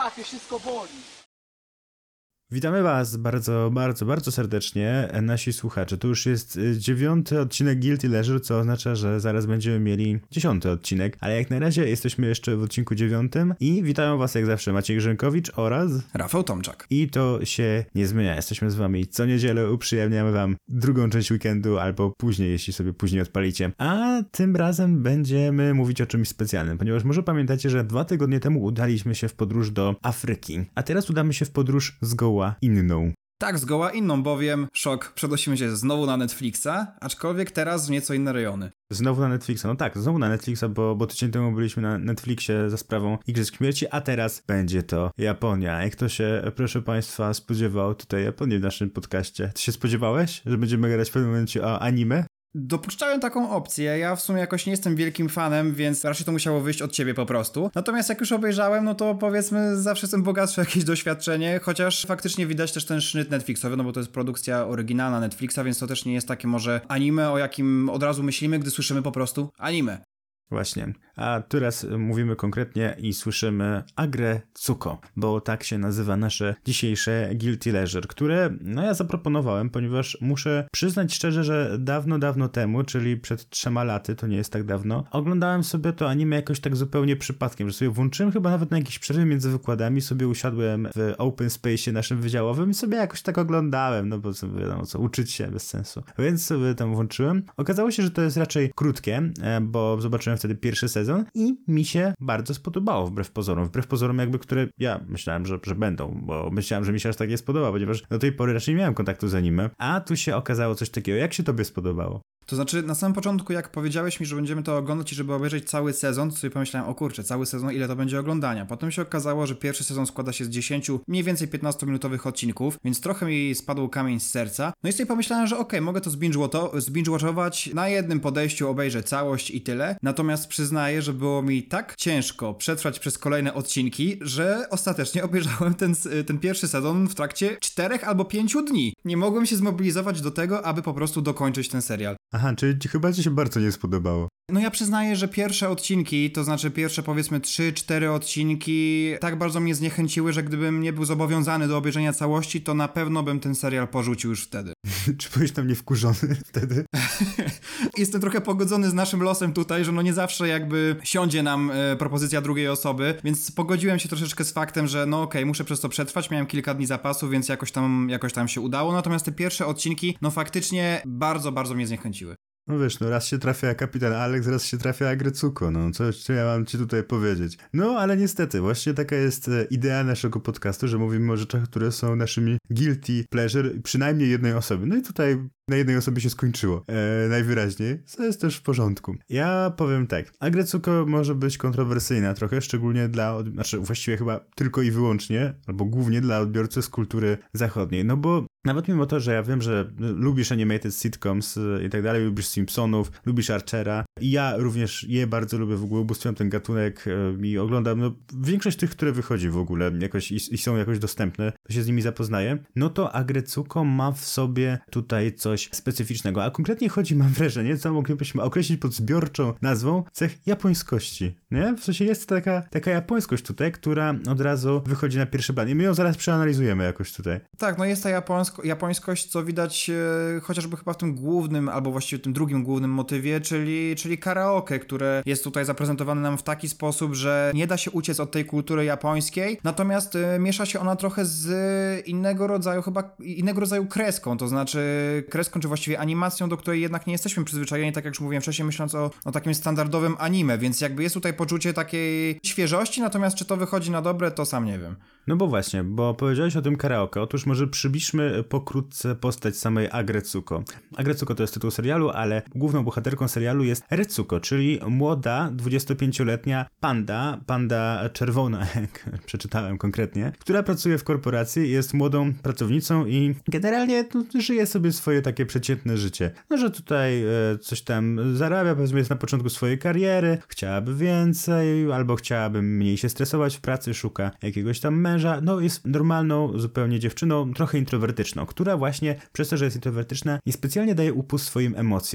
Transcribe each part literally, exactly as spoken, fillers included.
fuck, mnie wszystko boli. Witamy Was bardzo, bardzo, bardzo serdecznie, nasi słuchacze. To już jest dziewiąty odcinek Guilty Leisure, co oznacza, że zaraz będziemy mieli dziesiąty odcinek, ale jak na razie jesteśmy jeszcze w odcinku dziewiątym i witają Was jak zawsze Maciej Grzynkowicz oraz Rafał Tomczak. I to się nie zmienia. Jesteśmy z Wami co niedzielę, uprzyjemniamy Wam drugą część weekendu albo później, jeśli sobie później odpalicie. A tym razem będziemy mówić o czymś specjalnym, ponieważ może pamiętacie, że dwa tygodnie temu udaliśmy się w podróż do Afryki, a teraz udamy się w podróż zgoła inną. Tak, zgoła inną, bowiem szok, przenosimy się znowu na Netflixa, aczkolwiek teraz w nieco inne rejony. Znowu na Netflixa, no tak, znowu na Netflixa, bo, bo tydzień temu byliśmy na Netflixie za sprawą Igrzysk Śmierci, a teraz będzie to Japonia. Jak to się, proszę Państwa, spodziewał tutaj Japonii w naszym podcaście? Ty się spodziewałeś, że będziemy gadać w pewnym momencie o anime? Dopuszczałem taką opcję, ja w sumie jakoś nie jestem wielkim fanem, więc raczej to musiało wyjść od ciebie po prostu. Natomiast jak już obejrzałem, no to powiedzmy zawsze jestem bogatszy o jakieś doświadczenie, chociaż faktycznie widać też ten sznyt Netflixowy, no bo to jest produkcja oryginalna Netflixa, więc to też nie jest takie może anime, o jakim od razu myślimy, gdy słyszymy po prostu anime. Właśnie, a teraz mówimy konkretnie i słyszymy Agretsuko, bo tak się nazywa nasze dzisiejsze Guilty Leisure, które no ja zaproponowałem, ponieważ muszę przyznać szczerze, że dawno, dawno temu, czyli przed trzema laty, to nie jest tak dawno, oglądałem sobie to anime jakoś tak zupełnie przypadkiem, że sobie włączyłem chyba nawet na jakiejś przerwie między wykładami, sobie usiadłem w open space naszym wydziałowym i sobie jakoś tak oglądałem, no bo sobie wiadomo co, uczyć się bez sensu, więc sobie tam włączyłem. Okazało się, że to jest raczej krótkie, bo zobaczyłem wtedy pierwszy sezon i mi się bardzo spodobało, wbrew pozorom. Wbrew pozorom jakby, które ja myślałem, że, że będą, bo myślałem, że mi się aż tak nie spodoba, ponieważ do tej pory raczej nie miałem kontaktu z anime, a tu się okazało coś takiego. Jak się tobie spodobało? To znaczy, na samym początku, jak powiedziałeś mi, że będziemy to oglądać i żeby obejrzeć cały sezon, to sobie pomyślałem, o kurczę, cały sezon, ile to będzie oglądania. Potem się okazało, że pierwszy sezon składa się z dziesięciu, mniej więcej piętnastominutowych odcinków, więc trochę mi spadł kamień z serca. No i sobie pomyślałem, że okej, okay, mogę to zbinge-watchować, na jednym podejściu obejrzę całość i tyle. Natomiast przyznaję, że było mi tak ciężko przetrwać przez kolejne odcinki, że ostatecznie obejrzałem ten, ten pierwszy sezon w trakcie czterech albo pięciu dni. Nie mogłem się zmobilizować do tego, aby po prostu dokończyć ten serial. Aha, czyli ci, chyba ci się bardzo nie spodobało. No ja przyznaję, że pierwsze odcinki, to znaczy pierwsze powiedzmy trzy cztery odcinki tak bardzo mnie zniechęciły, że gdybym nie był zobowiązany do obejrzenia całości, to na pewno bym ten serial porzucił już wtedy. Czy byłeś na mnie wkurzony wtedy? Jestem trochę pogodzony z naszym losem tutaj, że no nie zawsze jakby siądzie nam e, propozycja drugiej osoby, więc pogodziłem się troszeczkę z faktem, że no okej, okay, muszę przez to przetrwać, miałem kilka dni zapasu, więc jakoś tam, jakoś tam się udało, natomiast te pierwsze odcinki, no faktycznie bardzo, bardzo mnie zniechęciły. No wiesz, no raz się trafia kapitan Alex, raz się trafia Agretsuko, no co, co ja mam ci tutaj powiedzieć. No ale niestety, właśnie taka jest idea naszego podcastu, że mówimy o rzeczach, które są naszymi guilty pleasure przynajmniej jednej osoby. No i tutaj na jednej osobie się skończyło, e, najwyraźniej, co jest też w porządku. Ja powiem tak, Agretsuko może być kontrowersyjna trochę, szczególnie dla, od... znaczy właściwie chyba tylko i wyłącznie, albo głównie dla odbiorcy z kultury zachodniej, no bo nawet mimo to, że ja wiem, że lubisz animated sitcoms i tak dalej, lubisz Simpsonów, lubisz Archera i ja również je bardzo lubię, w ogóle ubóstwiam ten gatunek i oglądam, no większość tych, które wychodzi w ogóle jakoś i, i są jakoś dostępne, to się z nimi zapoznaję, no to Agretsuko ma w sobie tutaj coś specyficznego, a konkretnie chodzi, mam wrażenie, co moglibyśmy określić pod zbiorczą nazwą cech japońskości, nie? W sensie jest taka, taka japońskość tutaj, która od razu wychodzi na pierwszy plan i my ją zaraz przeanalizujemy jakoś tutaj. Tak, no jest ta japońska japońskość, co widać e, chociażby chyba w tym głównym, albo właściwie tym drugim głównym motywie, czyli, czyli karaoke, które jest tutaj zaprezentowane nam w taki sposób, że nie da się uciec od tej kultury japońskiej, natomiast e, miesza się ona trochę z innego rodzaju, chyba innego rodzaju kreską, to znaczy kreską, czy właściwie animacją, do której jednak nie jesteśmy przyzwyczajeni, tak jak już mówiłem wcześniej, myśląc o, o takim standardowym anime, więc jakby jest tutaj poczucie takiej świeżości, natomiast czy to wychodzi na dobre, to sam nie wiem. No bo właśnie, bo powiedziałeś o tym karaoke, otóż może przybliżmy pokrótce postać samej Agretsuko. Agretsuko to jest tytuł serialu, ale główną bohaterką serialu jest Retsuko, czyli młoda, dwudziestopięcioletnia panda, panda czerwona, jak przeczytałem konkretnie, która pracuje w korporacji, jest młodą pracownicą i generalnie no, żyje sobie swoje takie przeciętne życie. No, że tutaj e, coś tam zarabia, powiedzmy jest na początku swojej kariery, chciałaby więcej, albo chciałaby mniej się stresować w pracy, szuka jakiegoś tam męża, no jest normalną zupełnie dziewczyną, trochę introwertyczną, która właśnie przez to, że jest introwertyczna, niespecjalnie daje upust swoim emocjom.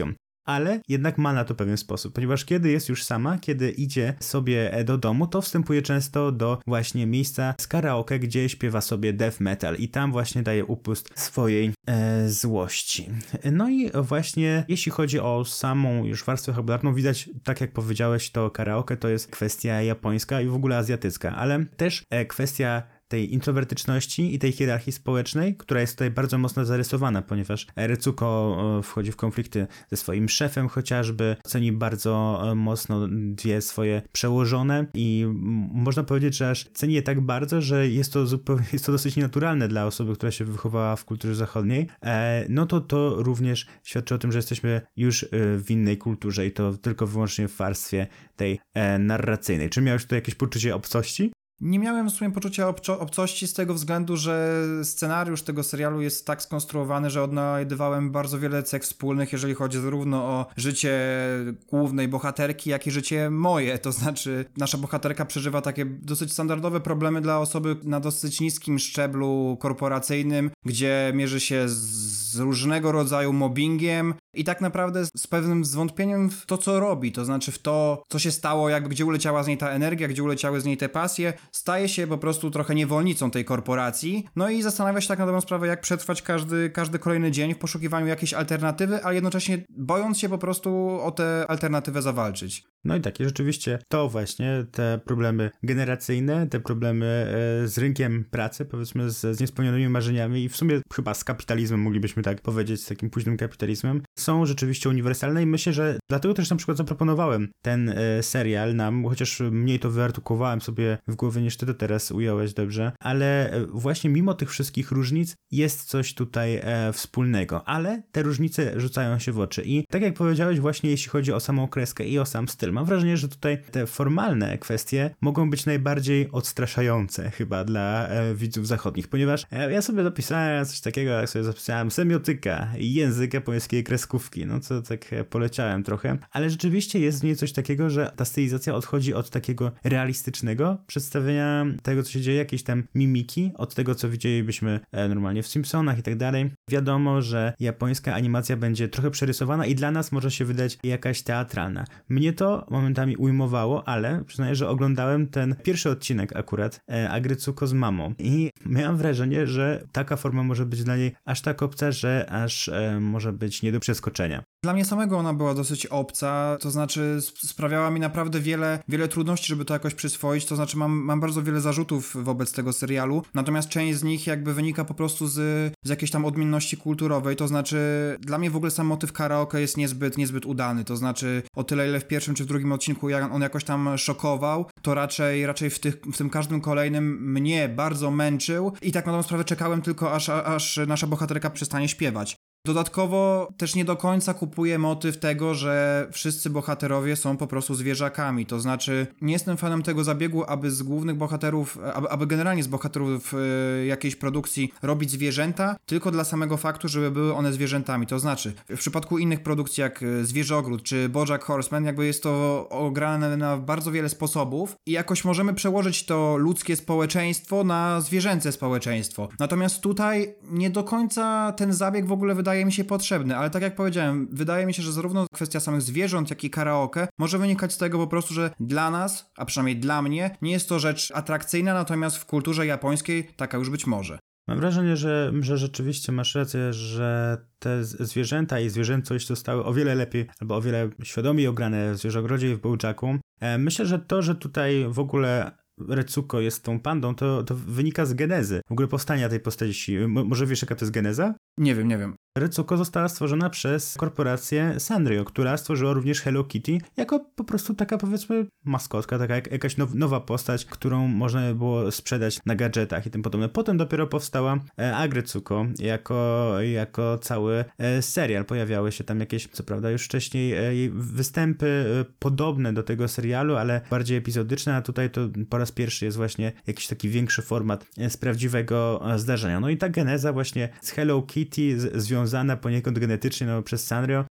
ale jednak ma na to pewien sposób, ponieważ kiedy jest już sama, kiedy idzie sobie do domu, to wstępuje często do właśnie miejsca z karaoke, gdzie śpiewa sobie death metal i tam właśnie daje upust swojej e, złości. No i właśnie jeśli chodzi o samą już warstwę fabularną, widać, tak jak powiedziałeś, to karaoke to jest kwestia japońska i w ogóle azjatycka, ale też e, kwestia tej introwertyczności i tej hierarchii społecznej, która jest tutaj bardzo mocno zarysowana, ponieważ Retsuko wchodzi w konflikty ze swoim szefem chociażby, ceni bardzo mocno dwie swoje przełożone i można powiedzieć, że aż ceni je tak bardzo, że jest to zupełnie, jest to dosyć nienaturalne dla osoby, która się wychowała w kulturze zachodniej, no to to również świadczy o tym, że jesteśmy już w innej kulturze i to tylko wyłącznie w warstwie tej narracyjnej. Czy miałeś tutaj jakieś poczucie obcości? Nie miałem w sumie poczucia obco- obcości z tego względu, że scenariusz tego serialu jest tak skonstruowany, że odnajdywałem bardzo wiele cech wspólnych, jeżeli chodzi zarówno o życie głównej bohaterki, jak i życie moje. To znaczy, nasza bohaterka przeżywa takie dosyć standardowe problemy dla osoby na dosyć niskim szczeblu korporacyjnym, gdzie mierzy się z różnego rodzaju mobbingiem i tak naprawdę z pewnym zwątpieniem w to, co robi, to znaczy w to, co się stało, jakby gdzie uleciała z niej ta energia, gdzie uleciały z niej te pasje, staje się po prostu trochę niewolnicą tej korporacji, no i zastanawia się tak na dobrą sprawę, jak przetrwać każdy, każdy kolejny dzień w poszukiwaniu jakiejś alternatywy, a jednocześnie bojąc się po prostu o tę alternatywę zawalczyć. No i takie rzeczywiście to właśnie te problemy generacyjne, te problemy e, z rynkiem pracy, powiedzmy z, z niespełnionymi marzeniami i w sumie chyba z kapitalizmem, moglibyśmy tak powiedzieć, z takim późnym kapitalizmem, są rzeczywiście uniwersalne i myślę, że dlatego też na przykład zaproponowałem ten e, serial nam, chociaż mniej to wyartykułowałem sobie w głowie niż ty to teraz ująłeś dobrze, ale e, właśnie mimo tych wszystkich różnic jest coś tutaj e, wspólnego, ale te różnice rzucają się w oczy i tak jak powiedziałeś właśnie jeśli chodzi o samą kreskę i o sam styl, mam wrażenie, że tutaj te formalne kwestie mogą być najbardziej odstraszające chyba dla e, widzów zachodnich, ponieważ e, ja sobie dopisałem coś takiego, jak sobie zapisałem semiotyka i język japońskiej kreskówki, no co tak e, poleciałem trochę, ale rzeczywiście jest w niej coś takiego, że ta stylizacja odchodzi od takiego realistycznego przedstawienia tego, co się dzieje, jakiejś tam mimiki, od tego, co widzielibyśmy e, normalnie w Simpsonach i tak dalej. Wiadomo, że japońska animacja będzie trochę przerysowana i dla nas może się wydać jakaś teatralna. Mnie to momentami ujmowało, ale przyznaję, że oglądałem ten pierwszy odcinek akurat e, Agretsuko z mamą i miałem wrażenie, że taka forma może być dla niej aż tak obca, że aż e, może być nie do przeskoczenia. Dla mnie samego ona była dosyć obca, to znaczy sprawiała mi naprawdę wiele, wiele trudności, żeby to jakoś przyswoić, to znaczy mam, mam bardzo wiele zarzutów wobec tego serialu, natomiast część z nich jakby wynika po prostu z, z jakiejś tam odmienności kulturowej, to znaczy dla mnie w ogóle sam motyw karaoke jest niezbyt, niezbyt udany, to znaczy o tyle ile w pierwszym czy w drugim odcinku on jakoś tam szokował, to raczej, raczej w, tych, w tym każdym kolejnym mnie bardzo męczył i tak na dobrą sprawę czekałem tylko aż, aż nasza bohaterka przestanie śpiewać. Dodatkowo też nie do końca kupuję motyw tego, że wszyscy bohaterowie są po prostu zwierzakami, to znaczy nie jestem fanem tego zabiegu, aby z głównych bohaterów, aby, aby generalnie z bohaterów y, jakiejś produkcji robić zwierzęta, tylko dla samego faktu, żeby były one zwierzętami, to znaczy w przypadku innych produkcji jak Zwierzogród czy BoJack Horseman jakby jest to ograne na bardzo wiele sposobów i jakoś możemy przełożyć to ludzkie społeczeństwo na zwierzęce społeczeństwo, natomiast tutaj nie do końca ten zabieg w ogóle wydaje mi się potrzebny, ale tak jak powiedziałem, wydaje mi się, że zarówno kwestia samych zwierząt, jak i karaoke może wynikać z tego po prostu, że dla nas, a przynajmniej dla mnie, nie jest to rzecz atrakcyjna, natomiast w kulturze japońskiej taka już być może. Mam wrażenie, że, że rzeczywiście masz rację, że te zwierzęta i zwierzęcość zostały o wiele lepiej albo o wiele świadomiej ograne w Zwierzogrodzie i w BoJacku. Myślę, że to, że tutaj w ogóle Retsuko jest tą pandą, to, to wynika z genezy w ogóle powstania tej postaci. M- może wiesz, jaka to jest geneza? Nie wiem, nie wiem. Retsuko została stworzona przez korporację Sanrio, która stworzyła również Hello Kitty jako po prostu taka, powiedzmy, maskotka, taka jak, jakaś now, nowa postać, którą można było sprzedać na gadżetach i tym podobne. Potem dopiero powstała e, Agretsuko jako, jako cały e, serial. Pojawiały się tam jakieś, co prawda już wcześniej, e, jej występy e, podobne do tego serialu, ale bardziej epizodyczne, a tutaj to po raz pierwszy jest właśnie jakiś taki większy format e, z prawdziwego e, zdarzenia. No i ta geneza właśnie z Hello Kitty z, związana poniekąd genetycznie no, przez Sanrio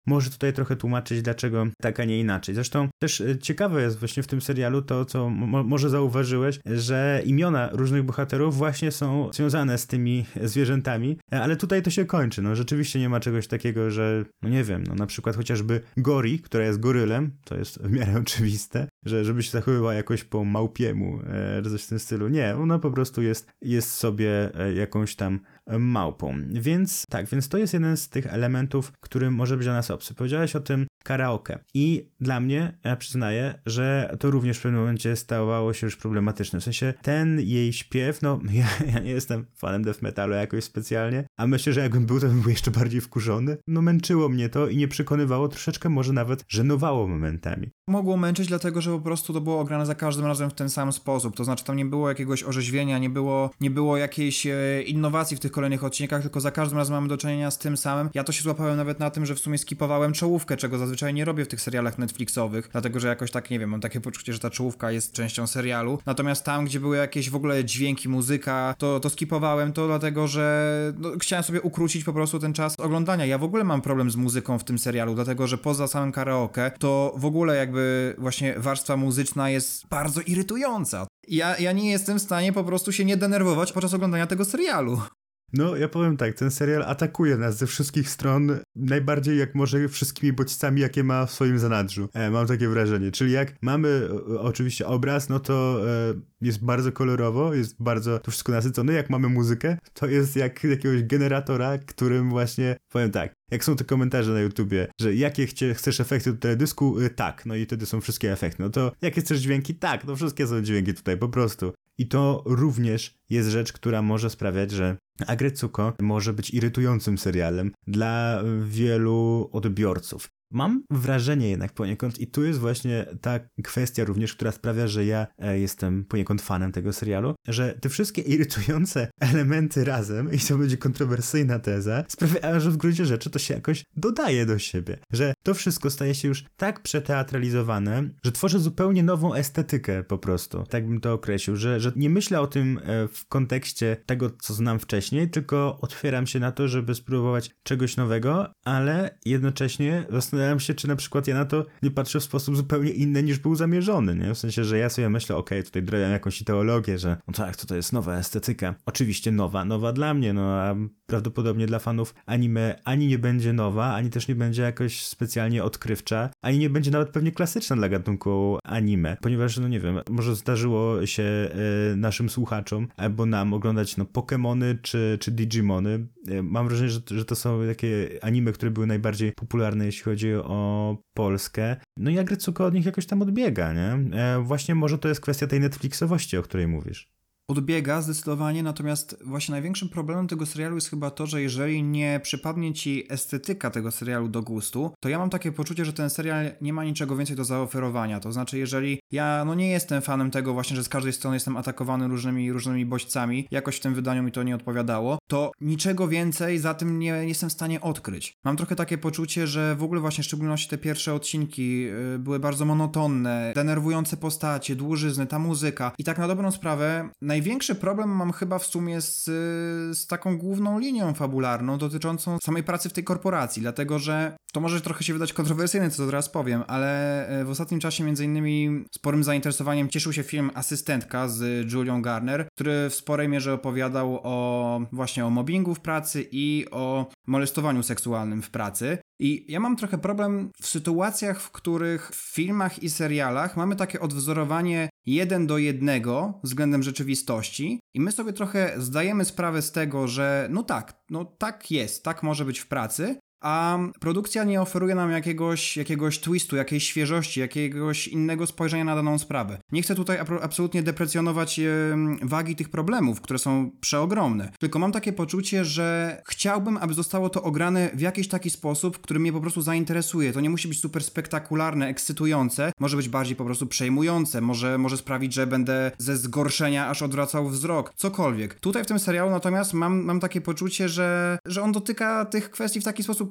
może tutaj trochę tłumaczyć, dlaczego tak, a nie inaczej. Zresztą też ciekawe jest właśnie w tym serialu to, co mo- może zauważyłeś, że imiona różnych bohaterów właśnie są związane z tymi zwierzętami, ale tutaj to się kończy. No rzeczywiście nie ma czegoś takiego, że no nie wiem, no na przykład chociażby Gori, która jest gorylem, to jest w miarę oczywiste, że żeby się zachowywała jakoś po małpiemu, e, coś w tym stylu. Nie, ona po prostu jest, jest sobie e, jakąś tam małpą. Więc tak, więc to jest jeden z tych elementów, który może być dla nas obcy. Powiedziałeś o tym karaoke i dla mnie, ja przyznaję, że to również w pewnym momencie stawało się już problematyczne. W sensie ten jej śpiew, no ja, ja nie jestem fanem death metalu jakoś specjalnie, a myślę, że jakbym był, to bym był jeszcze bardziej wkurzony. No męczyło mnie to i nie przekonywało, troszeczkę może nawet żenowało momentami. Mogło męczyć, dlatego że po prostu to było ograne za każdym razem w ten sam sposób. To znaczy tam nie było jakiegoś orzeźwienia, nie było, nie było jakiejś e, innowacji w tych kolejnych odcinkach, tylko za każdym razem mamy do czynienia z tym samym. Ja to się złapałem nawet na tym, że w sumie skipowałem czołówkę, czego zazwyczaj nie robię w tych serialach Netflixowych, dlatego że jakoś tak, nie wiem, mam takie poczucie, że ta czołówka jest częścią serialu. Natomiast tam, gdzie były jakieś w ogóle dźwięki, muzyka, to, to skipowałem to, dlatego że no, chciałem sobie ukrócić po prostu ten czas oglądania. Ja w ogóle mam problem z muzyką w tym serialu, dlatego że poza samym karaoke, to w ogóle jakby właśnie warstwa muzyczna jest bardzo irytująca. Ja, ja nie jestem w stanie po prostu się nie denerwować podczas oglądania tego serialu. No, ja powiem tak, ten serial atakuje nas ze wszystkich stron, najbardziej jak może wszystkimi bodźcami, jakie ma w swoim zanadrzu. E, mam takie wrażenie. Czyli jak mamy o, oczywiście obraz, no to e, jest bardzo kolorowo, jest bardzo to wszystko nasycone. Jak mamy muzykę, to jest jak z jakiegoś generatora, którym właśnie, powiem tak, jak są te komentarze na YouTubie, że jakie chcie, chcesz efekty do teledysku? Y, tak, no i wtedy są wszystkie efekty. No to jakie chcesz dźwięki? Tak, no wszystkie są dźwięki tutaj, po prostu. I to również jest rzecz, która może sprawiać, że Agretsuko może być irytującym serialem dla wielu odbiorców. Mam wrażenie jednak poniekąd i tu jest właśnie ta kwestia również, która sprawia, że ja e, jestem poniekąd fanem tego serialu, że te wszystkie irytujące elementy razem, i to będzie kontrowersyjna teza, sprawiają, że w gruncie rzeczy to się jakoś dodaje do siebie. Że to wszystko staje się już tak przeteatralizowane, że tworzy zupełnie nową estetykę po prostu. Tak bym to określił, że, że nie myślę o tym e, w kontekście tego, co znam wcześniej, tylko otwieram się na to, żeby spróbować czegoś nowego, ale jednocześnie zastanawiam się, czy na przykład ja na to nie patrzę w sposób zupełnie inny niż był zamierzony, nie? W sensie, że ja sobie myślę, okej, okay, tutaj drabiam jakąś ideologię, że no tak, to to jest nowa estetyka. Oczywiście nowa, nowa dla mnie, no a prawdopodobnie dla fanów anime ani nie będzie nowa, ani też nie będzie jakoś specjalnie odkrywcza, ani nie będzie nawet pewnie klasyczna dla gatunku anime, ponieważ, no nie wiem, może zdarzyło się e, naszym słuchaczom albo nam oglądać no Pokemony czy, czy Digimony. E, mam wrażenie, że, że to są takie anime, które były najbardziej popularne, jeśli chodzi o Polskę. No i Agretsuko od nich jakoś tam odbiega, nie? E, właśnie może to jest kwestia tej Netflixowości, o której mówisz. Odbiega zdecydowanie, natomiast właśnie największym problemem tego serialu jest chyba to, że jeżeli nie przypadnie ci estetyka tego serialu do gustu, to ja mam takie poczucie, że ten serial nie ma niczego więcej do zaoferowania. To znaczy, jeżeli ja no nie jestem fanem tego właśnie, że z każdej strony jestem atakowany różnymi, różnymi bodźcami, jakoś w tym wydaniu mi to nie odpowiadało, to niczego więcej za tym nie, nie jestem w stanie odkryć. Mam trochę takie poczucie, że w ogóle właśnie w szczególności te pierwsze odcinki yy, były bardzo monotonne, denerwujące postacie, dłużyzny, ta muzyka i tak na dobrą sprawę największy problem mam chyba w sumie z, z taką główną linią fabularną dotyczącą samej pracy w tej korporacji, dlatego że to może trochę się wydać kontrowersyjne, co teraz powiem, ale w ostatnim czasie między innymi sporym zainteresowaniem cieszył się film Asystentka z Julią Garner, który w sporej mierze opowiadał o właśnie o mobbingu w pracy i o molestowaniu seksualnym w pracy. I ja mam trochę problem w sytuacjach, w których w filmach i serialach mamy takie odwzorowanie jeden do jednego względem rzeczywistości i my sobie trochę zdajemy sprawę z tego, że no tak, no tak jest, tak może być w pracy, a produkcja nie oferuje nam jakiegoś, jakiegoś twistu, jakiejś świeżości, jakiegoś innego spojrzenia na daną sprawę. Nie chcę tutaj ap- absolutnie deprecjonować e, wagi tych problemów, które są przeogromne, tylko mam takie poczucie, że chciałbym, aby zostało to ograne w jakiś taki sposób, który mnie po prostu zainteresuje. To nie musi być super spektakularne, ekscytujące, może być bardziej po prostu przejmujące, może, może sprawić, że będę ze zgorszenia aż odwracał wzrok, cokolwiek. Tutaj w tym serialu natomiast mam, mam takie poczucie, że, że on dotyka tych kwestii w taki sposób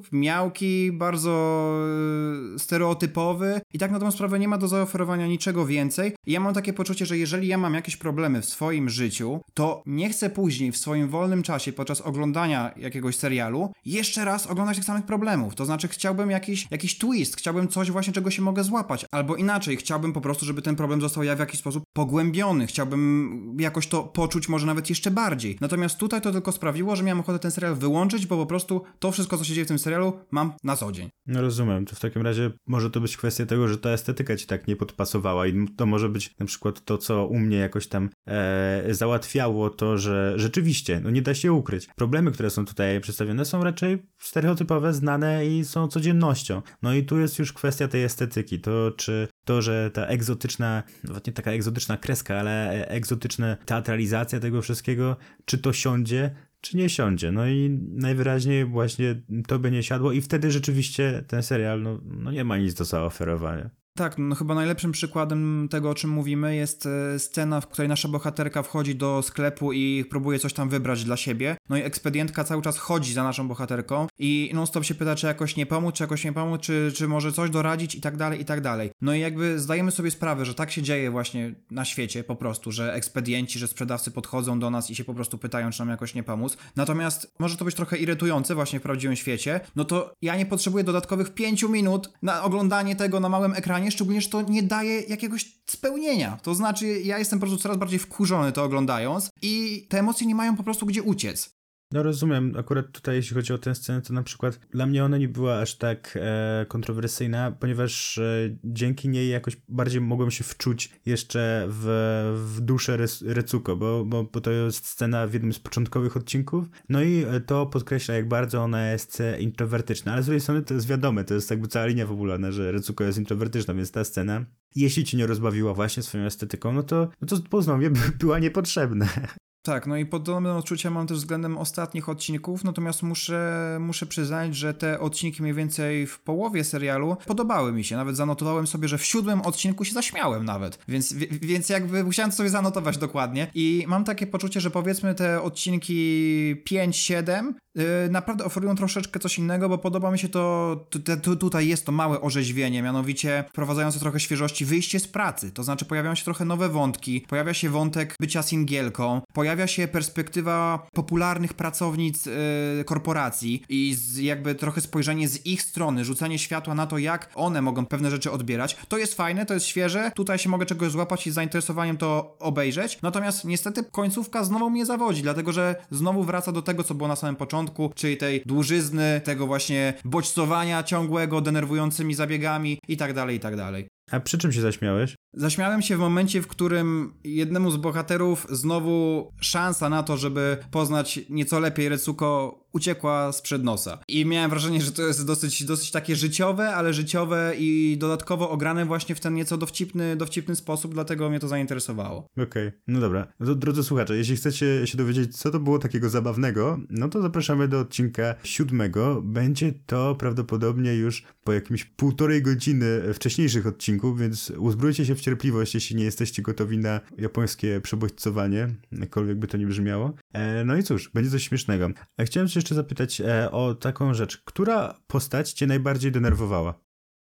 sposób miałki, bardzo yy, stereotypowy i tak na tą sprawę nie ma do zaoferowania niczego więcej. I ja mam takie poczucie, że jeżeli ja mam jakieś problemy w swoim życiu, to nie chcę później w swoim wolnym czasie podczas oglądania jakiegoś serialu jeszcze raz oglądać tych samych problemów. To znaczy chciałbym jakiś, jakiś twist, chciałbym coś właśnie, czego się mogę złapać. Albo inaczej, chciałbym po prostu, żeby ten problem został ja w jakiś sposób pogłębiony. Chciałbym jakoś to poczuć może nawet jeszcze bardziej. Natomiast tutaj to tylko sprawiło, że miałem ochotę ten serial wyłączyć, bo po prostu to wszystko, co się dzieje w tym serialu, mam na co dzień. No rozumiem. To w takim razie może to być kwestia tego, że ta estetyka ci tak nie podpasowała i to może być na przykład to, co u mnie jakoś tam e, załatwiało to, że rzeczywiście, no nie da się ukryć. Problemy, które są tutaj przedstawione, są raczej stereotypowe, znane i są codziennością. No i tu jest już kwestia tej estetyki. To, czy to, że ta egzotyczna, nawet nie taka egzotyczna kreska, ale egzotyczna teatralizacja tego wszystkiego, czy to siądzie, czy nie siądzie. No i najwyraźniej właśnie to by nie siadło i wtedy rzeczywiście ten serial no, no nie ma nic do zaoferowania. Tak, no chyba najlepszym przykładem tego, o czym mówimy, jest scena, w której nasza bohaterka wchodzi do sklepu i próbuje coś tam wybrać dla siebie. No i ekspedientka cały czas chodzi za naszą bohaterką i non-stop się pyta, czy jakoś nie pomóc, czy jakoś nie pomóc, czy, czy może coś doradzić i tak dalej, i tak dalej. No i jakby zdajemy sobie sprawę, że tak się dzieje właśnie na świecie po prostu, że ekspedienci, że sprzedawcy podchodzą do nas i się po prostu pytają, czy nam jakoś nie pomóc. Natomiast może to być trochę irytujące właśnie w prawdziwym świecie, no to ja nie potrzebuję dodatkowych pięciu minut na oglądanie tego na małym ekranie, szczególnie, że to nie daje jakiegoś spełnienia. To znaczy, ja jestem po prostu coraz bardziej wkurzony to oglądając i te emocje nie mają po prostu gdzie uciec. No rozumiem, akurat tutaj jeśli chodzi o tę scenę, to na przykład dla mnie ona nie była aż tak e, kontrowersyjna, ponieważ e, dzięki niej jakoś bardziej mogłem się wczuć jeszcze w, w duszę Retsuko, bo, bo, bo to jest scena w jednym z początkowych odcinków, no i to podkreśla, jak bardzo ona jest introwertyczna, ale z drugiej strony to jest wiadome, to jest jakby cała linia fabularna, że Retsuko jest introwertyczna, więc ta scena, jeśli ci nie rozbawiła właśnie swoją estetyką, no to, no to poznanie była niepotrzebna. Tak, no i podobne odczucia mam też względem ostatnich odcinków, natomiast muszę, muszę przyznać, że te odcinki mniej więcej w połowie serialu podobały mi się. Nawet zanotowałem sobie, że w siódmym odcinku się zaśmiałem nawet, więc, więc jakby musiałem sobie zanotować dokładnie i mam takie poczucie, że powiedzmy te odcinki pięć siedem yy, naprawdę oferują troszeczkę coś innego, bo podoba mi się to, t- t- tutaj jest to małe orzeźwienie, mianowicie wprowadzające trochę świeżości wyjście z pracy, to znaczy pojawiają się trochę nowe wątki, pojawia się wątek bycia singielką, pojawia Pojawia się perspektywa popularnych pracownic yy, korporacji i z, jakby trochę spojrzenie z ich strony, rzucenie światła na to, jak one mogą pewne rzeczy odbierać. To jest fajne, to jest świeże, tutaj się mogę czegoś złapać i z zainteresowaniem to obejrzeć, natomiast niestety końcówka znowu mnie zawodzi, dlatego że znowu wraca do tego, co było na samym początku, czyli tej dłużyzny, tego właśnie bodźcowania ciągłego, denerwującymi zabiegami i tak dalej, i tak dalej. A przy czym się zaśmiałeś? Zaśmiałem się w momencie, w którym jednemu z bohaterów znowu szansa na to, żeby poznać nieco lepiej Retsuko, uciekła sprzed nosa. I miałem wrażenie, że to jest dosyć, dosyć takie życiowe, ale życiowe i dodatkowo ograne właśnie w ten nieco dowcipny, dowcipny sposób, dlatego mnie to zainteresowało. Okej, okay. No dobra. No to, drodzy słuchacze, jeśli chcecie się dowiedzieć, co to było takiego zabawnego, no to zapraszamy do odcinka siódmego. Będzie to prawdopodobnie już po jakimś półtorej godziny wcześniejszych odcinków, więc uzbrójcie się w cierpliwość, jeśli nie jesteście gotowi na japońskie przebodźcowanie, jakkolwiek by to nie brzmiało. E, no i cóż, będzie coś śmiesznego. A chciałem cię jeszcze zapytać e, o taką rzecz. Która postać cię najbardziej denerwowała?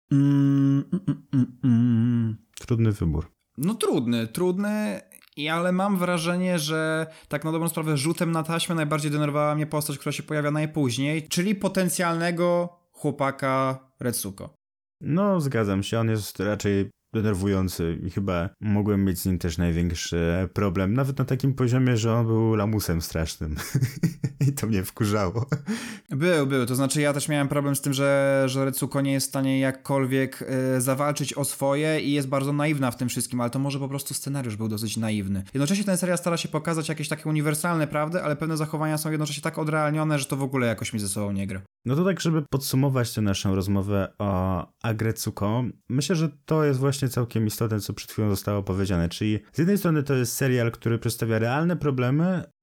Mm, mm, mm, mm. Trudny wybór. No trudny, trudny, ale mam wrażenie, że tak na dobrą sprawę rzutem na taśmę najbardziej denerwowała mnie postać, która się pojawia najpóźniej, czyli potencjalnego chłopaka Retsuko. No, zgadzam się, on jest raczej denerwujący i chyba mogłem mieć z nim też największy problem, nawet na takim poziomie, że on był lamusem strasznym i to mnie wkurzało. Był, był, to znaczy ja też miałem problem z tym, że, że Retsuko nie jest w stanie jakkolwiek y, zawalczyć o swoje i jest bardzo naiwna w tym wszystkim, ale to może po prostu scenariusz był dosyć naiwny. Jednocześnie ten serial stara się pokazać jakieś takie uniwersalne prawdy, ale pewne zachowania są jednocześnie tak odrealnione, że to w ogóle jakoś mi ze sobą nie gra. No to tak, żeby podsumować tę naszą rozmowę o Agretsuko, myślę, że to jest właśnie całkiem istotne, co przed chwilą zostało powiedziane, czyli z jednej strony to jest serial, który przedstawia realne problemy,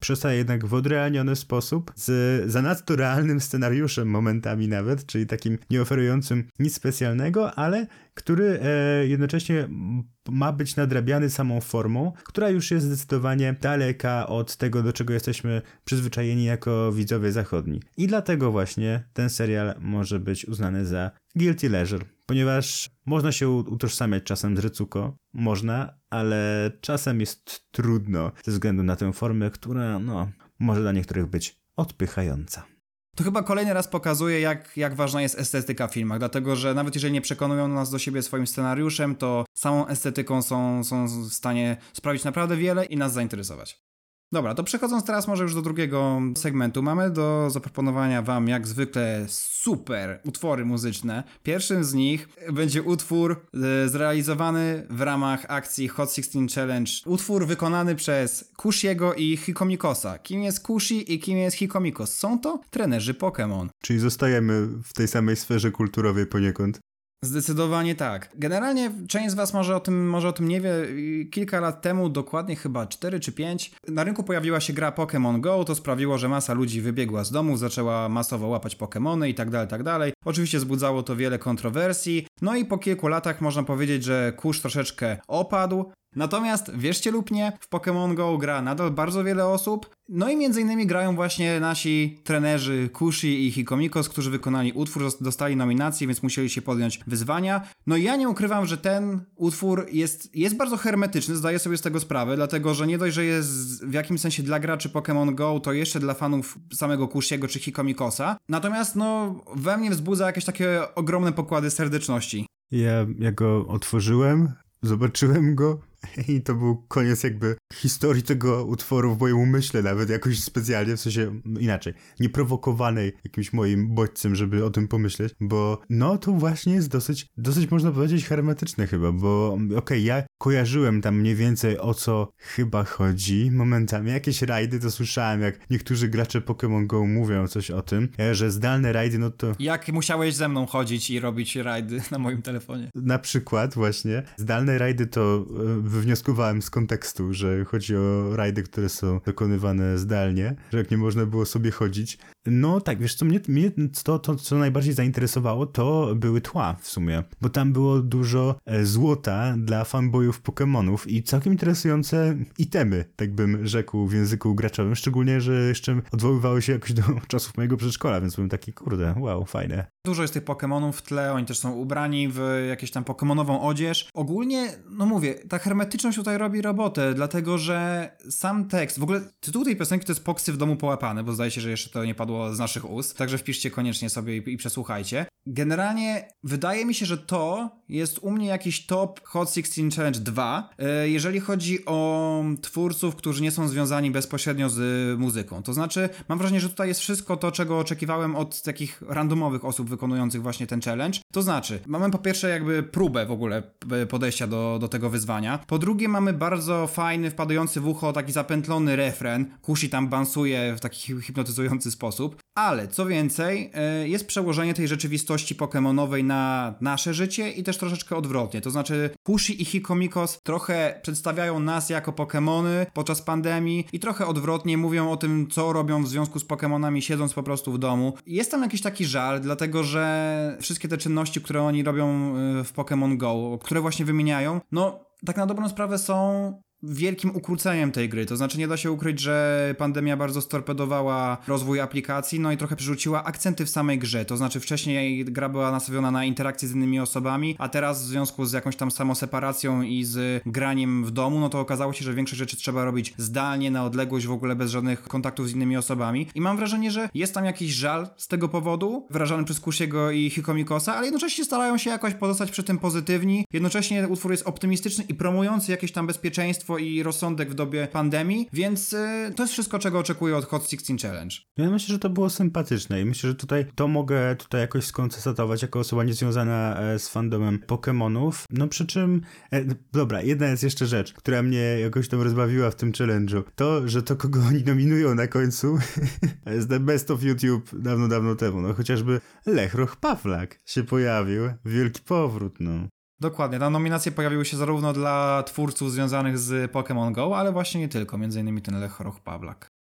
przestaje jednak w odrealniony sposób, z zanadto realnym scenariuszem momentami nawet, czyli takim nie oferującym nic specjalnego, ale który e, jednocześnie ma być nadrabiany samą formą, która już jest zdecydowanie daleka od tego, do czego jesteśmy przyzwyczajeni jako widzowie zachodni. I dlatego właśnie ten serial może być uznany za guilty pleasure, ponieważ można się utożsamiać czasem z Ritsuko, można, ale czasem jest trudno ze względu na tę formę, która no, może dla niektórych być odpychająca. To chyba kolejny raz pokazuje, jak, jak ważna jest estetyka w filmach, dlatego że nawet jeżeli nie przekonują nas do siebie swoim scenariuszem, to samą estetyką są, są w stanie sprawić naprawdę wiele i nas zainteresować. Dobra, to przechodząc teraz może już do drugiego segmentu, mamy do zaproponowania wam jak zwykle super utwory muzyczne. Pierwszym z nich będzie utwór e, zrealizowany w ramach akcji Hot szesnaście Challenge. Utwór wykonany przez Kushiego i Hikomikosa. Kim jest Kushi i kim jest Hikomikos? Są to trenerzy Pokémon. Czyli zostajemy w tej samej sferze kulturowej poniekąd. Zdecydowanie tak. Generalnie część z was może o tym, może o tym nie wie. Kilka lat temu, dokładnie chyba cztery czy pięć, na rynku pojawiła się gra Pokémon Go. To sprawiło, że masa ludzi wybiegła z domu, zaczęła masowo łapać Pokémony i tak dalej, tak dalej. Oczywiście wzbudzało to wiele kontrowersji. No i po kilku latach można powiedzieć, że kurz troszeczkę opadł. Natomiast wierzcie lub nie, w Pokémon Go gra nadal bardzo wiele osób. No i między innymi grają właśnie nasi trenerzy Kushi i Hikomikos, którzy wykonali utwór, dostali nominacje, więc musieli się podjąć wyzwania. No i ja nie ukrywam, że ten utwór jest, jest bardzo hermetyczny, zdaję sobie z tego sprawę, dlatego że nie dość, że jest w jakimś sensie dla graczy Pokémon Go, to jeszcze dla fanów samego Kushiego czy Hikomikosa. Natomiast no we mnie wzbudza jakieś takie ogromne pokłady serdeczności. Ja, ja go otworzyłem, zobaczyłem go i to był koniec jakby historii tego utworu w moim umyśle, nawet jakoś specjalnie, w sensie inaczej, nieprowokowanej jakimś moim bodźcem, żeby o tym pomyśleć, bo no to właśnie jest dosyć, dosyć można powiedzieć hermetyczne chyba, bo okej, okay, ja kojarzyłem tam mniej więcej o co chyba chodzi momentami, jakieś rajdy to słyszałem, jak niektórzy gracze Pokémon Go mówią coś o tym, że zdalne rajdy, no to... Jak musiałeś ze mną chodzić i robić rajdy na moim telefonie. Na przykład właśnie, zdalne rajdy to wywnioskowałem z kontekstu, że chodzi o rajdy, które są dokonywane zdalnie, że jak nie można było sobie chodzić. No tak, wiesz co, mnie, mnie to, to, co najbardziej zainteresowało, to były tła w sumie, bo tam było dużo złota dla fanboyów Pokemonów i całkiem interesujące itemy, tak bym rzekł w języku graczowym, szczególnie, że jeszcze odwoływały się jakoś do czasów mojego przedszkola, więc byłem taki, kurde, wow, fajne. Dużo jest tych Pokemonów w tle, oni też są ubrani w jakieś tam pokemonową odzież. Ogólnie, no mówię, ta hermetyczność tutaj robi robotę, dlatego że sam tekst, w ogóle tytuł tej piosenki to jest Poksy w domu połapane, bo zdaje się, że jeszcze to nie padło z naszych ust, także wpiszcie koniecznie sobie i, i przesłuchajcie. Generalnie wydaje mi się, że to jest u mnie jakiś top Hot szesnaście Challenge dwa, jeżeli chodzi o twórców, którzy nie są związani bezpośrednio z muzyką. To znaczy, mam wrażenie, że tutaj jest wszystko to, czego oczekiwałem od takich randomowych osób wykonujących właśnie ten challenge. To znaczy, mamy po pierwsze jakby próbę w ogóle podejścia do, do tego wyzwania. Po drugie mamy bardzo fajny, wpadający w ucho, taki zapętlony refren. Kushi tam bansuje w taki hipnotyzujący sposób. Ale co więcej, jest przełożenie tej rzeczywistości pokemonowej na nasze życie i też troszeczkę odwrotnie. To znaczy Kushi i Hikomikos trochę przedstawiają nas jako Pokemony podczas pandemii i trochę odwrotnie mówią o tym, co robią w związku z Pokemonami, siedząc po prostu w domu. Jest tam jakiś taki żal, dlatego że wszystkie te czynności, które oni robią w Pokémon Go, które właśnie wymieniają, no tak na dobrą sprawę są wielkim ukróceniem tej gry. To znaczy nie da się ukryć, że pandemia bardzo storpedowała rozwój aplikacji, no i trochę przerzuciła akcenty w samej grze. To znaczy wcześniej gra była nastawiona na interakcję z innymi osobami, a teraz w związku z jakąś tam samoseparacją i z graniem w domu, no to okazało się, że większość rzeczy trzeba robić zdalnie, na odległość, w ogóle bez żadnych kontaktów z innymi osobami. I mam wrażenie, że jest tam jakiś żal z tego powodu, wyrażany przez Kushiego i Hikomikosa, ale jednocześnie starają się jakoś pozostać przy tym pozytywni. Jednocześnie utwór jest optymistyczny i promujący jakieś tam bezpieczeństwo i rozsądek w dobie pandemii, więc yy, to jest wszystko, czego oczekuję od Hot szesnaście Challenge. Ja myślę, że to było sympatyczne i myślę, że tutaj to mogę tutaj jakoś skonstatować jako osoba niezwiązana e, z fandomem Pokemonów. No przy czym, e, dobra, jedna jest jeszcze rzecz, która mnie jakoś tam rozbawiła w tym challenge'u. To, że to kogo oni nominują na końcu jest the best of YouTube dawno, dawno temu. No chociażby Lech Roch-Pawlak się pojawił. Wielki powrót, no. Dokładnie, te nominacje pojawiły się zarówno dla twórców związanych z Pokémon Go, ale właśnie nie tylko, między innymi ten Lech Roch-Pawlak.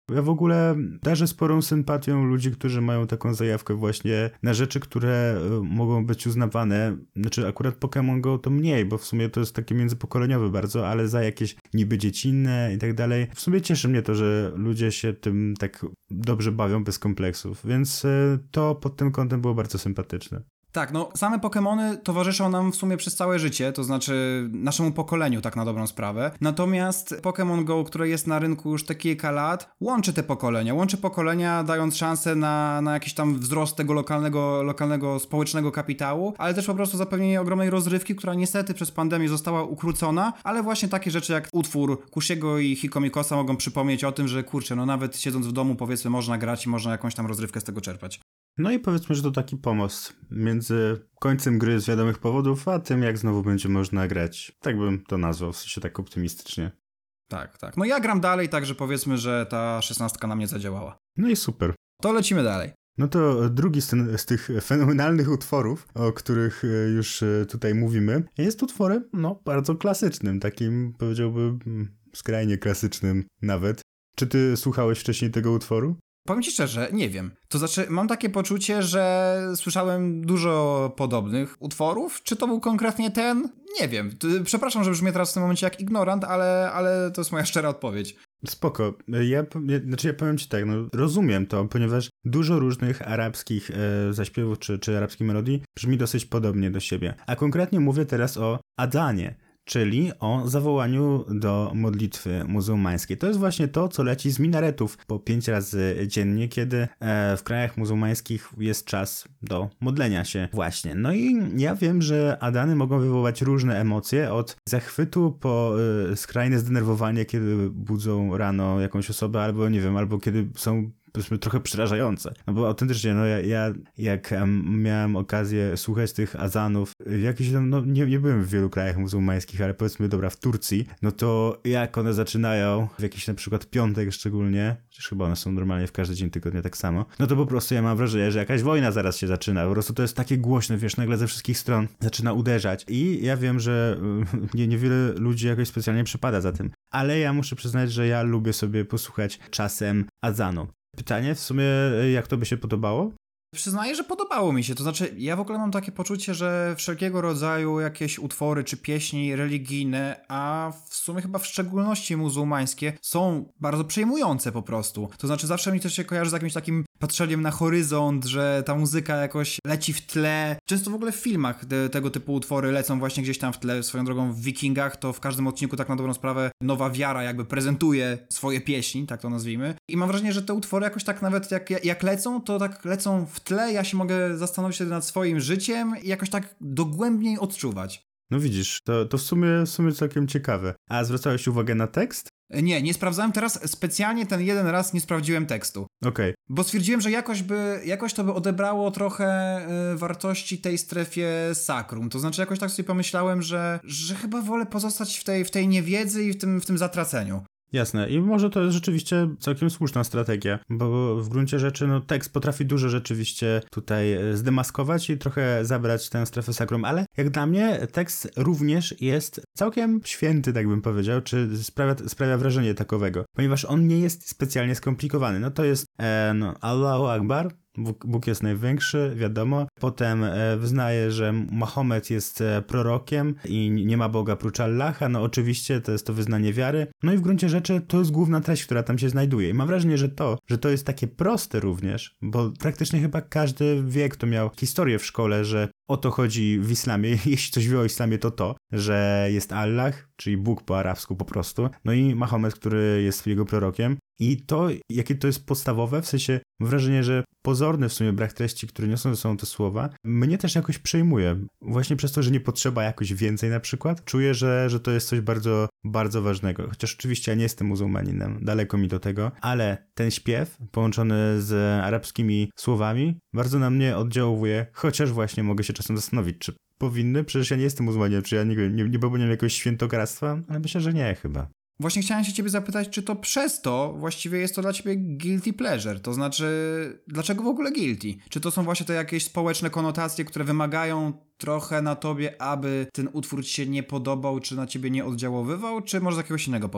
Ja w ogóle darzę sporą sympatią ludzi, którzy mają taką zajawkę właśnie na rzeczy, które mogą być uznawane. Znaczy akurat Pokémon Go to mniej, bo w sumie to jest takie międzypokoleniowe bardzo, ale za jakieś niby dziecinne i tak dalej. W sumie cieszy mnie to, że ludzie się tym tak dobrze bawią bez kompleksów, więc to pod tym kątem było bardzo sympatyczne. Tak, no same Pokemony towarzyszą nam w sumie przez całe życie, to znaczy naszemu pokoleniu tak na dobrą sprawę. Natomiast Pokémon Go, które jest na rynku już te kilka lat, łączy te pokolenia. Łączy pokolenia, dając szansę na, na jakiś tam wzrost tego lokalnego, lokalnego społecznego kapitału, ale też po prostu zapewnienie ogromnej rozrywki, która niestety przez pandemię została ukrócona, ale właśnie takie rzeczy jak utwór Kushiego i Hikomikosa mogą przypomnieć o tym, że kurczę, no nawet siedząc w domu powiedzmy można grać i można jakąś tam rozrywkę z tego czerpać. No i powiedzmy, że to taki pomost między końcem gry z wiadomych powodów, a tym, jak znowu będzie można grać. Tak bym to nazwał, w sensie tak optymistycznie. Tak, tak. No ja gram dalej, także powiedzmy, że ta szesnastka na mnie zadziałała. No i super. To lecimy dalej. No to drugi z, ten, z tych fenomenalnych utworów, o których już tutaj mówimy, jest utworem, no, bardzo klasycznym, takim, powiedziałbym, skrajnie klasycznym nawet. Czy ty słuchałeś wcześniej tego utworu? Powiem ci szczerze, nie wiem. To znaczy, mam takie poczucie, że słyszałem dużo podobnych utworów. Czy to był konkretnie ten? Nie wiem. Przepraszam, że brzmię teraz w tym momencie jak ignorant, ale, ale to jest moja szczera odpowiedź. Spoko. Ja, ja, znaczy ja powiem ci tak, no rozumiem to, ponieważ dużo różnych arabskich e, zaśpiewów czy, czy arabskich melodii brzmi dosyć podobnie do siebie. A konkretnie mówię teraz o adanie, czyli o zawołaniu do modlitwy muzułmańskiej. To jest właśnie to, co leci z minaretów po pięć razy dziennie, kiedy e, w krajach muzułmańskich jest czas do modlenia się właśnie. No i ja wiem, że adany mogą wywołać różne emocje, od zachwytu po e, skrajne zdenerwowanie, kiedy budzą rano jakąś osobę, albo nie wiem, albo kiedy są powiedzmy trochę przerażające. No bo autentycznie, no ja, ja jak um, miałem okazję słuchać tych azanów, w jakichś tam, no nie, nie byłem w wielu krajach muzułmańskich, ale powiedzmy, dobra, w Turcji, no to jak one zaczynają, w jakiś na przykład piątek szczególnie, chociaż chyba one są normalnie w każdy dzień tygodnia tak samo, no to po prostu ja mam wrażenie, że jakaś wojna zaraz się zaczyna. Po prostu to jest takie głośne, wiesz, nagle ze wszystkich stron zaczyna uderzać. I ja wiem, że nie, niewiele ludzi jakoś specjalnie przypada za tym, ale ja muszę przyznać, że ja lubię sobie posłuchać czasem azanu. Pytanie w sumie, jak to by się podobało? Przyznaję, że podobało mi się. To znaczy, ja w ogóle mam takie poczucie, że wszelkiego rodzaju jakieś utwory czy pieśni religijne, a w sumie chyba w szczególności muzułmańskie, są bardzo przejmujące po prostu. To znaczy, zawsze mi to się kojarzy z jakimś takim patrzeniem na horyzont, że ta muzyka jakoś leci w tle. Często w ogóle w filmach te, tego typu utwory lecą właśnie gdzieś tam w tle. Swoją drogą w Wikingach to w każdym odcinku tak na dobrą sprawę Nowa Wiara jakby prezentuje swoje pieśni, tak to nazwijmy. I mam wrażenie, że te utwory jakoś tak nawet jak, jak lecą, to tak lecą w tle. Ja się mogę zastanowić wtedy nad swoim życiem i jakoś tak dogłębniej odczuwać. No widzisz, to, to w, sumie, w sumie całkiem ciekawe. A zwracałeś uwagę na tekst? Nie, nie sprawdzałem teraz, specjalnie ten jeden raz nie sprawdziłem tekstu. Okej. Okay. Bo stwierdziłem, że jakoś by, jakoś to by odebrało trochę y, wartości tej strefie sakrum. To znaczy jakoś tak sobie pomyślałem, że, że chyba wolę pozostać w tej, w tej niewiedzy i w tym, w tym zatraceniu. Jasne. I może to jest rzeczywiście całkiem słuszna strategia, bo w gruncie rzeczy no, tekst potrafi dużo rzeczywiście tutaj zdemaskować i trochę zabrać tę strefę sakrum, ale jak dla mnie tekst również jest całkiem święty, tak bym powiedział, czy sprawia, sprawia wrażenie takowego, ponieważ on nie jest specjalnie skomplikowany. No to jest e, no, Allahu Akbar, Bóg, Bóg jest największy, wiadomo. Potem e, wyznaje, że Mahomet jest e, prorokiem i nie ma Boga prócz Allaha. No oczywiście to jest to wyznanie wiary. No i w gruncie rzeczy to jest główna treść, która tam się znajduje. I mam wrażenie, że to, że to jest takie proste również, bo praktycznie chyba każdy wie, kto miał historię w szkole, że o to chodzi w islamie. Jeśli coś wie o islamie, to to, że jest Allah, czyli Bóg po arabsku po prostu. No i Mahomet, który jest jego prorokiem. I to, jakie to jest podstawowe, w sensie mam wrażenie, że pozorny w sumie brak treści, które niosą ze sobą te słowa, mnie też jakoś przejmuje. Właśnie przez to, że nie potrzeba jakoś więcej na przykład. Czuję, że, że to jest coś bardzo, bardzo ważnego. Chociaż oczywiście ja nie jestem muzułmaninem, daleko mi do tego, ale ten śpiew połączony z arabskimi słowami bardzo na mnie oddziałuje, chociaż właśnie mogę się czasem zastanowić, czy powinny? Przecież ja nie jestem muzułmaninem, czy ja nie, nie, nie popełniam jakiegoś świętokradztwa, ale myślę, że nie chyba. Właśnie chciałem się ciebie zapytać, czy to przez to właściwie jest to dla ciebie guilty pleasure? To znaczy, dlaczego w ogóle guilty? Czy to są właśnie te jakieś społeczne konotacje, które wymagają trochę na tobie, aby ten utwór ci się nie podobał, czy na ciebie nie oddziaływał, czy może z jakiegoś innego powodu?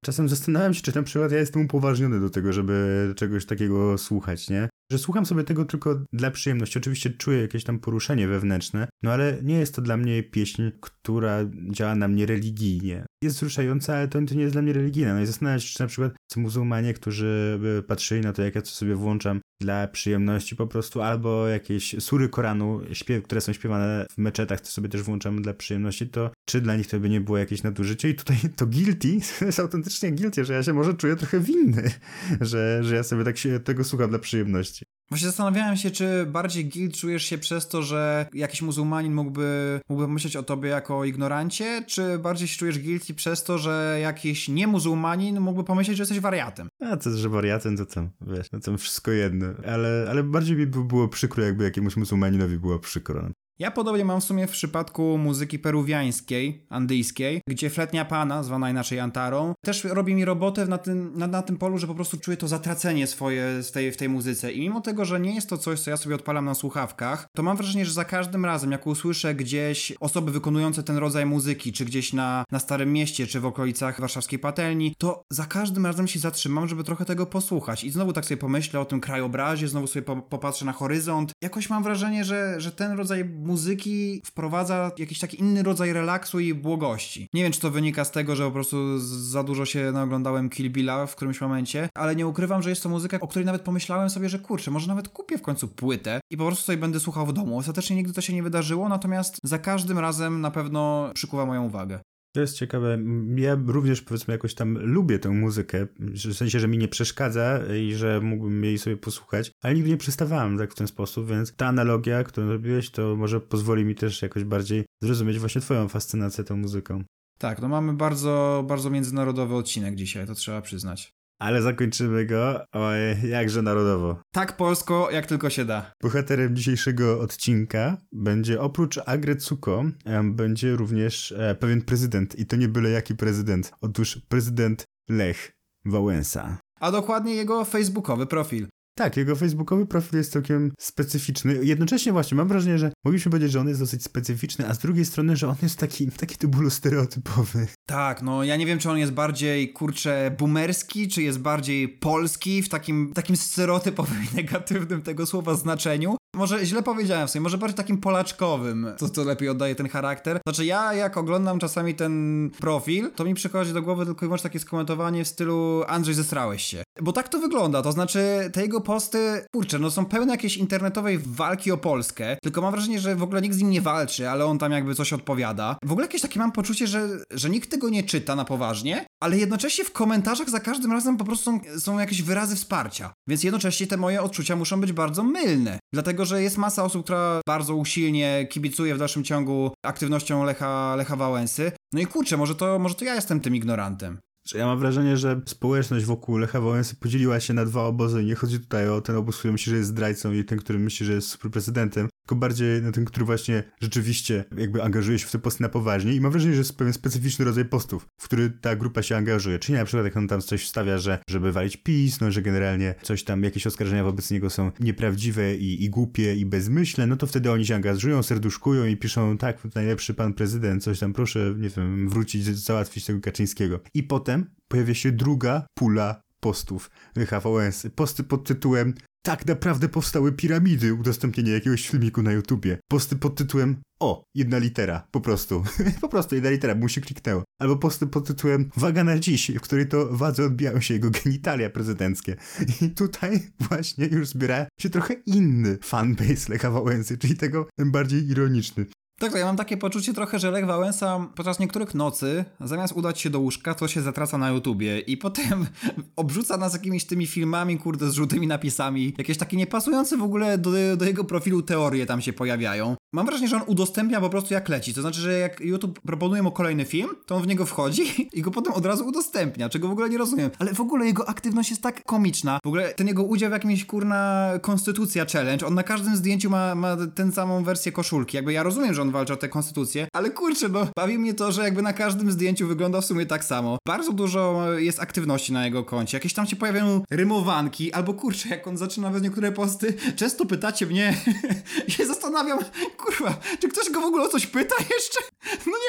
Czasem zastanawiam się, czy na przykład ja jestem upoważniony do tego, żeby czegoś takiego słuchać, nie? Że słucham sobie tego tylko dla przyjemności. Oczywiście czuję jakieś tam poruszenie wewnętrzne, no ale nie jest to dla mnie pieśń, która działa na mnie religijnie. Jest wzruszająca, ale to, to nie jest dla mnie religijne. No i zastanawiam się, czy na przykład są muzułmanie, którzy by patrzyli na to, jak ja to sobie włączam dla przyjemności po prostu, albo jakieś sury Koranu, śpiew, które są śpiewane w meczetach, to sobie też włączam dla przyjemności, to czy dla nich to by nie było jakieś nadużycie? I tutaj to guilty, to jest autentycznie guilty, że ja się może czuję trochę winny, że, że ja sobie tak się tego słucham dla przyjemności. Właśnie zastanawiałem się, czy bardziej guilt czujesz się przez to, że jakiś muzułmanin mógłby, mógłby myśleć o tobie jako o ignorancie, czy bardziej się czujesz guilty przez to, że jakiś niemuzułmanin mógłby pomyśleć, że jesteś wariatem? A to, że wariatem, to tam, wiesz, no to wszystko jedno. Ale, ale bardziej mi by było przykro, jakby jakiemuś muzułmaninowi było przykro. Ja podobnie mam w sumie w przypadku muzyki peruwiańskiej, andyjskiej, gdzie fletnia pana, zwana inaczej antarą, też robi mi robotę na tym, na, na tym polu, że po prostu czuję to zatracenie swoje w tej, w tej muzyce. I mimo tego, że nie jest to coś, co ja sobie odpalam na słuchawkach, to mam wrażenie, że za każdym razem, jak usłyszę gdzieś osoby wykonujące ten rodzaj muzyki, czy gdzieś na, na Starym Mieście, czy w okolicach warszawskiej Patelni, to za każdym razem się zatrzymam, żeby trochę tego posłuchać. I znowu tak sobie pomyślę o tym krajobrazie, znowu sobie po, popatrzę na horyzont. Jakoś mam wrażenie, że, że ten rodzaj muzyki wprowadza jakiś taki inny rodzaj relaksu i błogości. Nie wiem, czy to wynika z tego, że po prostu za dużo się naoglądałem Kill Billa w którymś momencie, ale nie ukrywam, że jest to muzyka, o której nawet pomyślałem sobie, że kurczę, może nawet kupię w końcu płytę i po prostu sobie będę słuchał w domu. Ostatecznie nigdy to się nie wydarzyło, natomiast za każdym razem na pewno przykuwa moją uwagę. To jest ciekawe. Ja również, powiedzmy, jakoś tam lubię tę muzykę, w sensie, że mi nie przeszkadza i że mógłbym jej sobie posłuchać, ale nigdy nie przystawałem tak w ten sposób, więc ta analogia, którą robiłeś, to może pozwoli mi też jakoś bardziej zrozumieć właśnie twoją fascynację tą muzyką. Tak, no mamy bardzo, bardzo międzynarodowy odcinek dzisiaj, to trzeba przyznać. Ale zakończymy go, oj, jakże narodowo. Tak polsko, jak tylko się da. Bohaterem dzisiejszego odcinka będzie oprócz Agretsuko, będzie również e, pewien prezydent i to nie byle jaki prezydent. Otóż prezydent Lech Wałęsa. A dokładnie jego facebookowy profil. Tak, jego facebookowy profil jest całkiem specyficzny. Jednocześnie właśnie mam wrażenie, że mogliśmy powiedzieć, że on jest dosyć specyficzny, a z drugiej strony, że on jest taki, taki to bólu stereotypowy. Tak, no ja nie wiem, czy on jest bardziej, kurczę, boomerski, czy jest bardziej polski w takim, takim stereotypowym i negatywnym tego słowa znaczeniu. Może źle powiedziałem w sumie, może bardziej takim polaczkowym, to, to lepiej oddaje ten charakter. Znaczy ja jak oglądam czasami ten profil, to mi przychodzi do głowy tylko i wyłącznie takie skomentowanie w stylu Andrzej, zesrałeś się. Bo tak to wygląda, to znaczy te jego posty, kurczę, no są pełne jakiejś internetowej walki o Polskę, tylko mam wrażenie, że w ogóle nikt z nim nie walczy, ale on tam jakby coś odpowiada. W ogóle jakieś takie mam poczucie, że, że nikt tego nie czyta na poważnie, ale jednocześnie w komentarzach za każdym razem po prostu są, są jakieś wyrazy wsparcia. Więc jednocześnie te moje odczucia muszą być bardzo mylne. Dlatego, że jest masa osób, która bardzo usilnie kibicuje w dalszym ciągu aktywnością Lecha, Lecha Wałęsy. No i kurczę, może to, może to ja jestem tym ignorantem. Ja mam wrażenie, że społeczność wokół Lecha Wałęsy podzieliła się na dwa obozy. Nie chodzi tutaj o ten obóz, który myśli, że jest zdrajcą i ten, który myśli, że jest superprezydentem, tylko bardziej na ten, który właśnie rzeczywiście jakby angażuje się w te posty na poważnie i mam wrażenie, że jest pewien specyficzny rodzaj postów, w który ta grupa się angażuje. Czyli na przykład jak on tam coś wstawia, że żeby walić PiS, no że generalnie coś tam, jakieś oskarżenia wobec niego są nieprawdziwe i, i głupie i bezmyślne, no to wtedy oni się angażują, serduszkują i piszą tak, najlepszy pan prezydent, coś tam proszę, nie wiem, wrócić, załatwić tego Kaczyńskiego. I potem pojawia się druga pula postów Lecha Wałęsy. Posty pod tytułem tak naprawdę powstały piramidy, udostępnienie jakiegoś filmiku na YouTubie. Posty pod tytułem o, jedna litera, po prostu. Po prostu jedna litera, mu się kliknęło. Albo posty pod tytułem waga na dziś, w której to wadze odbijają się jego genitalia prezydenckie. I tutaj właśnie już zbiera się trochę inny fanbase Lecha Wałęsy, czyli tego bardziej ironiczny. Tak, to ja mam takie poczucie trochę, że Lech Wałęsa podczas niektórych nocy, zamiast udać się do łóżka, to się zatraca na YouTubie i potem obrzuca nas jakimiś tymi filmami, kurde, z żółtymi napisami. Jakieś takie niepasujące w ogóle do, do jego profilu teorie tam się pojawiają. Mam wrażenie, że on udostępnia po prostu jak leci. To znaczy, że jak YouTube proponuje mu kolejny film, to on w niego wchodzi i go potem od razu udostępnia, czego w ogóle nie rozumiem. Ale w ogóle jego aktywność jest tak komiczna. W ogóle ten jego udział w jakimś, kurna, Konstytucja Challenge, on na każdym zdjęciu ma, ma tę samą wersję koszulki. Jakby ja rozumiem, że on walczy o tę konstytucję, ale kurczę, no bawi mnie to, że jakby na każdym zdjęciu wygląda w sumie tak samo. Bardzo dużo jest aktywności na jego koncie. Jakieś tam się pojawiają rymowanki, albo kurczę, jak on zaczyna nawet niektóre posty, często pytacie mnie i się zastanawiam, kurwa, czy ktoś go w ogóle o coś pyta jeszcze? No nie wiem.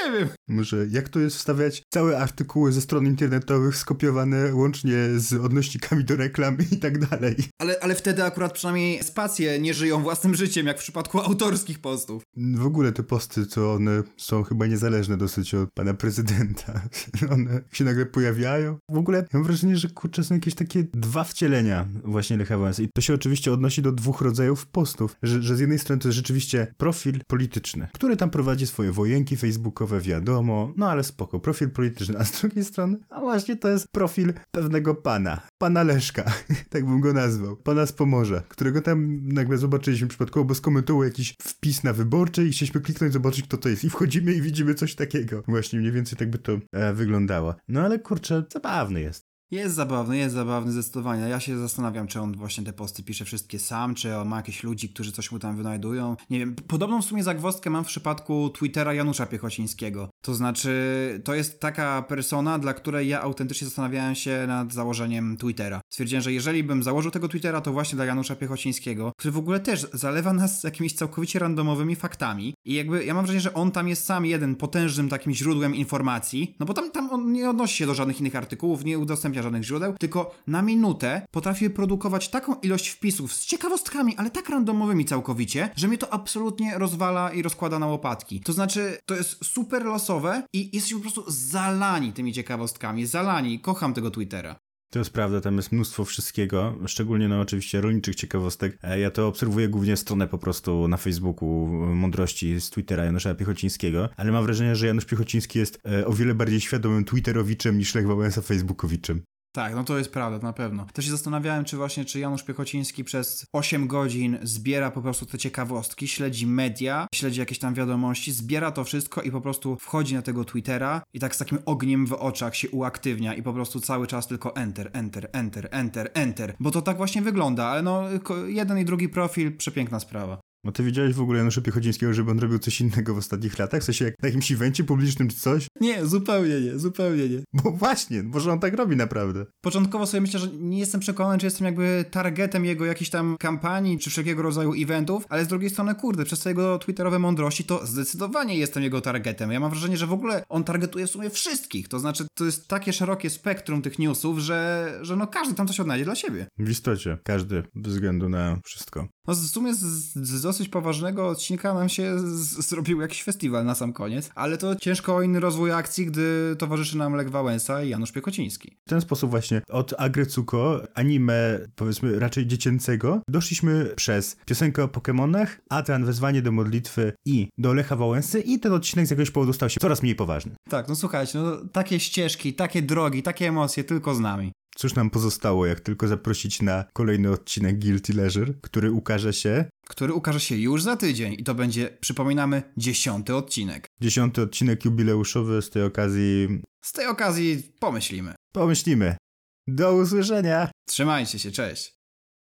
Może jak to jest wstawiać całe artykuły ze stron internetowych skopiowane łącznie z odnośnikami do reklamy i tak dalej. Ale, ale wtedy akurat przynajmniej spacje nie żyją własnym życiem, jak w przypadku autorskich postów. W ogóle te posty, to one są chyba niezależne dosyć od pana prezydenta. One się nagle pojawiają. W ogóle mam wrażenie, że kurczę są jakieś takie dwa wcielenia właśnie Lecha Wałęsy. I to się oczywiście odnosi do dwóch rodzajów postów. Że, że z jednej strony to jest rzeczywiście profil polityczny, który tam prowadzi swoje wojenki facebookowe, wiadomo, no ale spoko, profil polityczny. A z drugiej strony, a właśnie to jest profil pewnego pana. Pana Leszka, tak bym go nazwał. Pana z Pomorza, którego tam nagle zobaczyliśmy przypadkowo, bo skomentował jakiś wpis na Wyborczej i chcieliśmy kliknąć, zobaczyć kto to jest. I wchodzimy i widzimy coś takiego. Właśnie mniej więcej tak by to e, wyglądało. No ale kurczę, zabawny jest. Jest zabawny, jest zabawny zdecydowanie. Ja się zastanawiam, czy on właśnie te posty pisze wszystkie sam, czy on ma jakichś ludzi, którzy coś mu tam wynajdują. Nie wiem, podobną w sumie zagwozdkę mam w przypadku Twittera Janusza Piechocińskiego. To znaczy, to jest taka persona, dla której ja autentycznie zastanawiałem się nad założeniem Twittera. Stwierdziłem, że jeżeli bym założył tego Twittera, to właśnie dla Janusza Piechocińskiego, który w ogóle też zalewa nas jakimiś całkowicie randomowymi faktami. I jakby ja mam wrażenie, że on tam jest sam jeden potężnym takim źródłem informacji, no bo tam, tam on nie odnosi się do żadnych innych artykułów, nie udostępnia żadnych źródeł, tylko na minutę potrafi produkować taką ilość wpisów z ciekawostkami, ale tak randomowymi całkowicie, że mnie to absolutnie rozwala i rozkłada na łopatki. To znaczy, to jest super losowe i jesteśmy po prostu zalani tymi ciekawostkami, zalani. Kocham tego Twittera. To jest prawda, tam jest mnóstwo wszystkiego, szczególnie no oczywiście rolniczych ciekawostek. Ja to obserwuję głównie stronę po prostu na Facebooku mądrości z Twittera Janusza Piechocińskiego, ale mam wrażenie, że Janusz Piechociński jest o wiele bardziej świadomym Twitterowiczem niż Lech Wałęsa Facebookowiczem. Tak, no to jest prawda, na pewno. Też się zastanawiałem, czy właśnie, czy Janusz Piechociński przez osiem godzin zbiera po prostu te ciekawostki, śledzi media, śledzi jakieś tam wiadomości, zbiera to wszystko i po prostu wchodzi na tego Twittera i tak z takim ogniem w oczach się uaktywnia i po prostu cały czas tylko enter, enter, enter, enter, enter. Bo to tak właśnie wygląda, ale no jeden i drugi profil, przepiękna sprawa. No ty widziałeś w ogóle Janusza Piechocińskiego, żeby on robił coś innego w ostatnich latach? W sensie jak na jakimś evencie publicznym czy coś? Nie, zupełnie nie, zupełnie nie. Bo właśnie, może on tak robi naprawdę. Początkowo sobie myślę, że nie jestem przekonany, czy jestem jakby targetem jego jakichś tam kampanii, czy wszelkiego rodzaju eventów, ale z drugiej strony, kurde, przez te jego twitterowe mądrości to zdecydowanie jestem jego targetem. Ja mam wrażenie, że w ogóle on targetuje w sumie wszystkich. To znaczy, to jest takie szerokie spektrum tych newsów, że, że no każdy tam coś odnajdzie dla siebie. W istocie, każdy, bez względu na wszystko. No w sumie z, z dosyć poważnego odcinka nam się z, zrobił jakiś festiwal na sam koniec, ale to ciężko o inny rozwój akcji, gdy towarzyszy nam Lech Wałęsa i Janusz Piechociński. W ten sposób właśnie od Agretsuko, anime powiedzmy raczej dziecięcego, doszliśmy przez piosenkę o Pokemonach, Adrian wezwanie do modlitwy i do Lecha Wałęsy i ten odcinek z jakiegoś powodu stał się coraz mniej poważny. Tak, no słuchajcie, no takie ścieżki, takie drogi, takie emocje tylko z nami. Cóż nam pozostało, jak tylko zaprosić na kolejny odcinek Guilty Leisure, który ukaże się... Który ukaże się już za tydzień i to będzie, przypominamy, dziesiąty odcinek. Dziesiąty odcinek jubileuszowy, z tej okazji... Z tej okazji pomyślimy. Pomyślimy. Do usłyszenia! Trzymajcie się, cześć!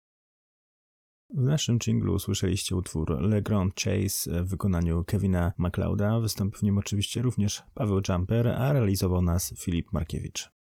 W naszym dżinglu usłyszeliście utwór Le Grand Chase w wykonaniu Kevina MacLeoda. Wystąpił w nim oczywiście również Paweł Jumper, a realizował nas Filip Markiewicz.